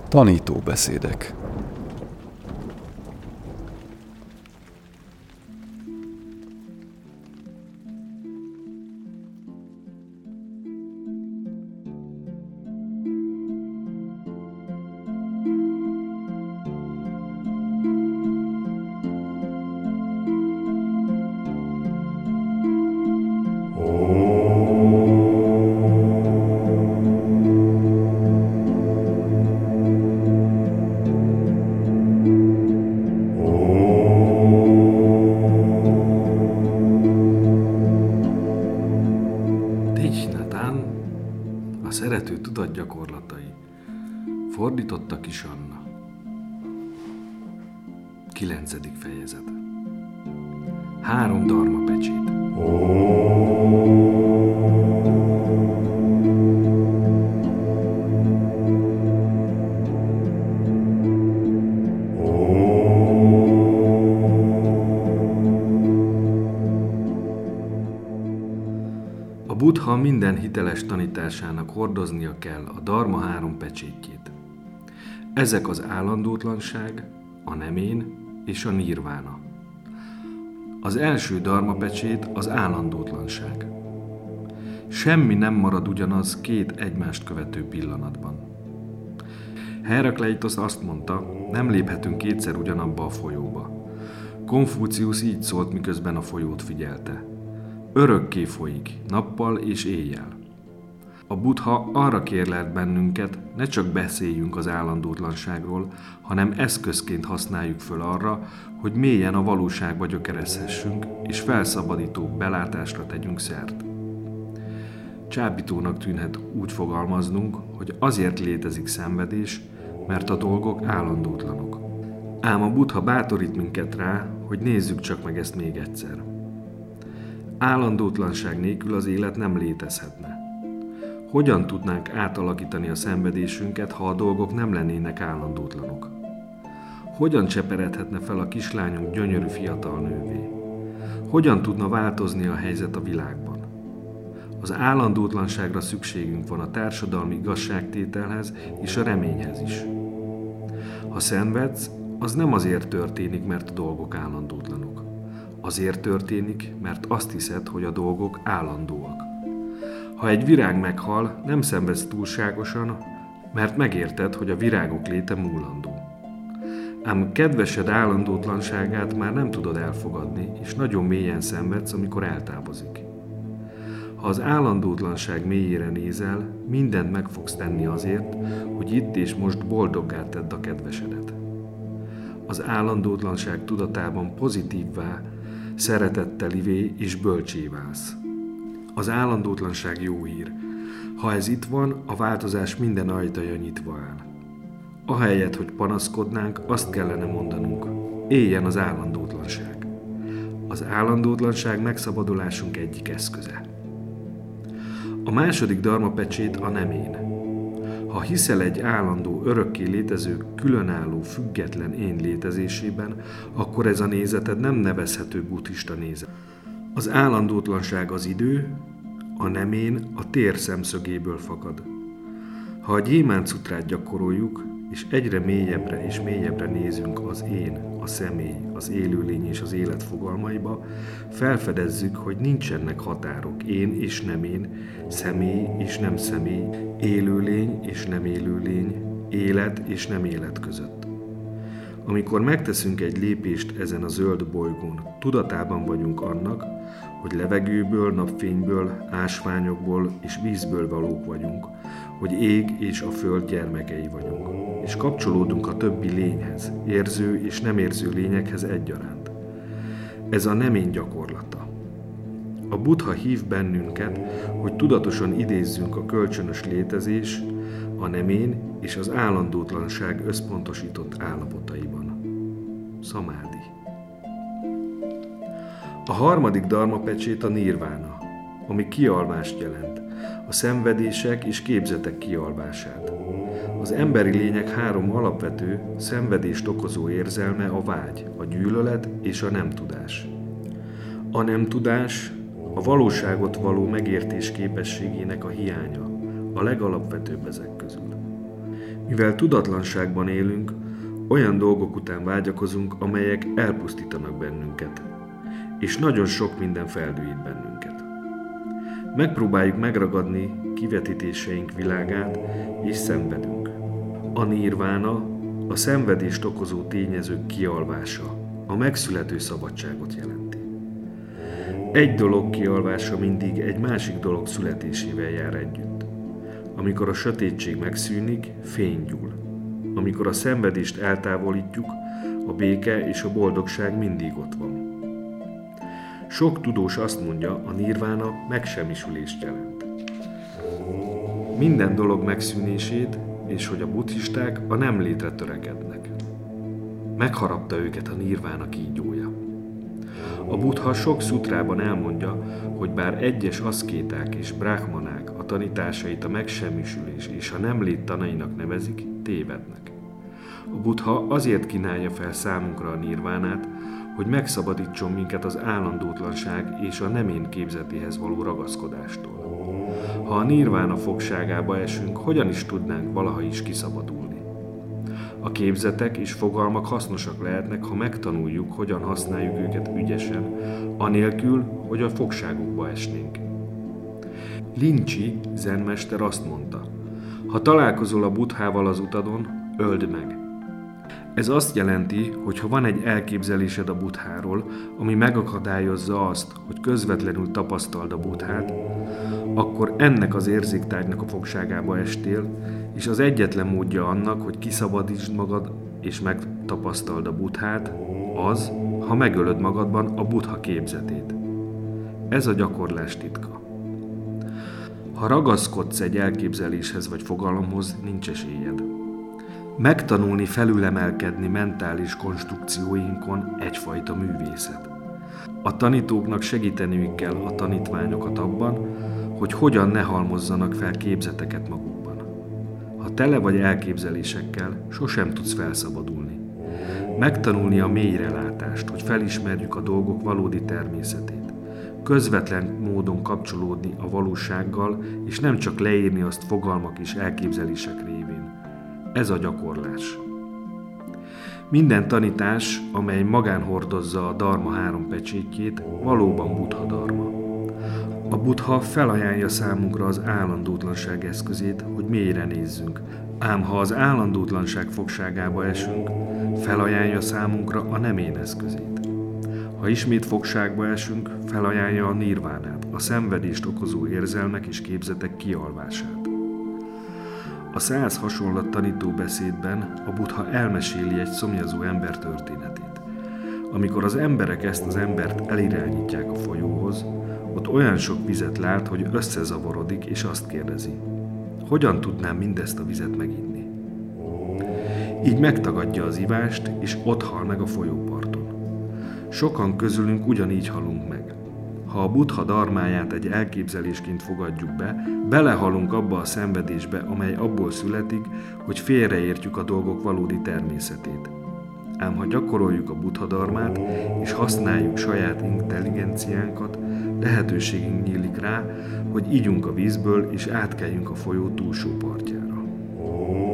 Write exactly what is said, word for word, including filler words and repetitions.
Tanítóbeszédek. A szerető tudatgyakorlatai. Fordította Kis Anna. Kilencedik fejezet. Három dharma pecsét. A Buddha minden hiteles tanításának hordoznia kell a dharma három pecsétjét. Ezek az állandótlanság, a nemén és a nirvána. Az első dharma pecsét az állandótlanság. Semmi nem marad ugyanaz két egymást követő pillanatban. Herakleitos azt mondta, nem léphetünk kétszer ugyanabba a folyóba. Konfuciusz így szólt, miközben a folyót figyelte. Örökké folyik, nappal és éjjel. A Buddha arra kérlelt bennünket, ne csak beszéljünk az állandótlanságról, hanem eszközként használjuk föl arra, hogy mélyen a valóságba gyökerezhessünk, és felszabadító belátásra tegyünk szert. Csábítónak tűnhet úgy fogalmaznunk, hogy azért létezik szenvedés, mert a dolgok állandótlanok. Ám a Buddha bátorít minket rá, hogy nézzük csak meg ezt még egyszer. Állandótlanság nélkül az élet nem létezhetne. Hogyan tudnánk átalakítani a szenvedésünket, ha a dolgok nem lennének állandótlanok? Hogyan cseperedhetne fel a kislányunk gyönyörű fiatal nővé? Hogyan tudna változni a helyzet a világban? Az állandótlanságra szükségünk van a társadalmi igazságtételhez és a reményhez is. Ha szenvedsz, az nem azért történik, mert a dolgok állandótlanok. Azért történik, mert azt hiszed, hogy a dolgok állandóak. Ha egy virág meghal, nem szenvedsz túlságosan, mert megérted, hogy a virágok léte múlandó. Ám kedvesed állandótlanságát már nem tudod elfogadni, és nagyon mélyen szenvedsz, amikor eltávozik. Ha az állandótlanság mélyére nézel, mindent meg fogsz tenni azért, hogy itt és most boldoggá tedd a kedvesedet. Az állandótlanság tudatában pozitívvá, szeretettelivé és bölcsé válsz. Az állandótlanság jó hír. Ha ez itt van, a változás minden ajtaja nyitva áll. Ahelyett, hogy panaszkodnánk, azt kellene mondanunk. Éljen az állandótlanság. Az állandótlanság megszabadulásunk egyik eszköze. A második dharma pecsét a nemén. Ha hiszel egy állandó, örökké létező, különálló, független én létezésében, akkor ez a nézeted nem nevezhető buddhista nézet. Az állandótlanság az idő, a nemén a tér szemszögéből fakad. Ha a gyémánt szutrát gyakoroljuk, és egyre mélyebbre és mélyebbre nézünk az én, a személy, az élőlény és az élet fogalmaiba, felfedezzük, hogy nincsenek határok én és nem én, személy és nem személy, élőlény és nem élőlény, élet és nem élet között. Amikor megteszünk egy lépést ezen a zöld bolygón, tudatában vagyunk annak, hogy levegőből, napfényből, ásványokból és vízből valók vagyunk, hogy ég és a föld gyermekei vagyunk, és kapcsolódunk a többi lényhez, érző és nem érző lényekhez egyaránt. Ez a nemén gyakorlata. A Buddha hív bennünket, hogy tudatosan idézzünk a kölcsönös létezés, a nemén és az állandótlanság összpontosított állapotaiban. Szamádi. A harmadik dharma pecsét a nirvána, ami kialvást jelent, a szenvedések és képzetek kialvását. Az emberi lények három alapvető, szenvedést okozó érzelme a vágy, a gyűlölet és a nem tudás. A nem tudás a valóságot való megértés képességének a hiánya, a legalapvetőbb ezek közül. Mivel tudatlanságban élünk, olyan dolgok után vágyakozunk, amelyek elpusztítanak bennünket, és nagyon sok minden feldühít bennünket. Megpróbáljuk megragadni kivetítéseink világát, és szenvedünk. A nirvána a szenvedést okozó tényezők kialvása, a megszülető szabadságot jelenti. Egy dolog kialvása mindig egy másik dolog születésével jár együtt. Amikor a sötétség megszűnik, fény gyúl. Amikor a szenvedést eltávolítjuk, a béke és a boldogság mindig ott van. Sok tudós azt mondja, a nirvána megsemmisülést jelent. Minden dolog megszűnését, és hogy a buddhisták a nem létre törekednek. Megharapta őket a nirvána kígyója. A Buddha sok szutrában elmondja, hogy bár egyes aszkéták és brahmanák a tanításait a megsemmisülés és a nem lét tanainak nevezik, tévednek. A Buddha azért kínálja fel számunkra a nirvánát, hogy megszabadítson minket az állandótlanság és a nem én képzetéhez való ragaszkodástól. Ha a nirvána fogságába esünk, hogyan is tudnánk valaha is kiszabadulni? A képzetek és fogalmak hasznosak lehetnek, ha megtanuljuk, hogyan használjuk őket ügyesen, anélkül, hogy a fogságukba esnénk. Lincsi zenmester azt mondta, ha találkozol a Buddhával az utadon, öld meg. Ez azt jelenti, hogy ha van egy elképzelésed a Buddháról, ami megakadályozza azt, hogy közvetlenül tapasztald a Buddhát, akkor ennek az érzéktárgynak a fogságába estél, és az egyetlen módja annak, hogy kiszabadítsd magad és megtapasztald a Buddhát, az, ha megölöd magadban a Buddha képzetét. Ez a gyakorlás titka. Ha ragaszkodsz egy elképzeléshez vagy fogalomhoz, nincs esélyed. Megtanulni felülemelkedni mentális konstrukcióinkon egyfajta művészet. A tanítóknak segíteniük kell a tanítványokat abban, hogy hogyan ne halmozzanak fel képzeteket magukban. Ha tele vagy elképzelésekkel, sosem tudsz felszabadulni. Megtanulni a mélyrelátást, hogy felismerjük a dolgok valódi természetét. Közvetlen módon kapcsolódni a valósággal, és nem csak leírni azt fogalmak és elképzelések révén. Ez a gyakorlás. Minden tanítás, amely magán hordozza a dharma három pecsétjét, valóban Buddha dharma. A Buddha felajánlja számunkra az állandótlanság eszközét, hogy mélyre nézzünk, ám ha az állandótlanság fogságába esünk, felajánlja számunkra a nem én eszközét. Ha ismét fogságba esünk, felajánlja a nirvánát, a szenvedést okozó érzelmek és képzetek kialvását. A száz hasonlat tanító beszédben a Buddha elmeséli egy szomjazó ember történetét. Amikor az emberek ezt az embert elirányítják a folyóhoz, ott olyan sok vizet lát, hogy összezavarodik, és azt kérdezi, hogyan tudnám mindezt a vizet meginni? Így megtagadja az ivást, és ott hal meg a folyóparton. Sokan közülünk ugyanígy halunk meg. Ha a Buddha dharmáját egy elképzelésként fogadjuk be, belehalunk abba a szenvedésbe, amely abból születik, hogy félreértjük a dolgok valódi természetét. Ám ha gyakoroljuk a Buddha dharmát, és használjuk saját intelligenciánkat, lehetőségünk nyílik rá, hogy ígyunk a vízből, és átkeljünk a folyó túlsó partjára.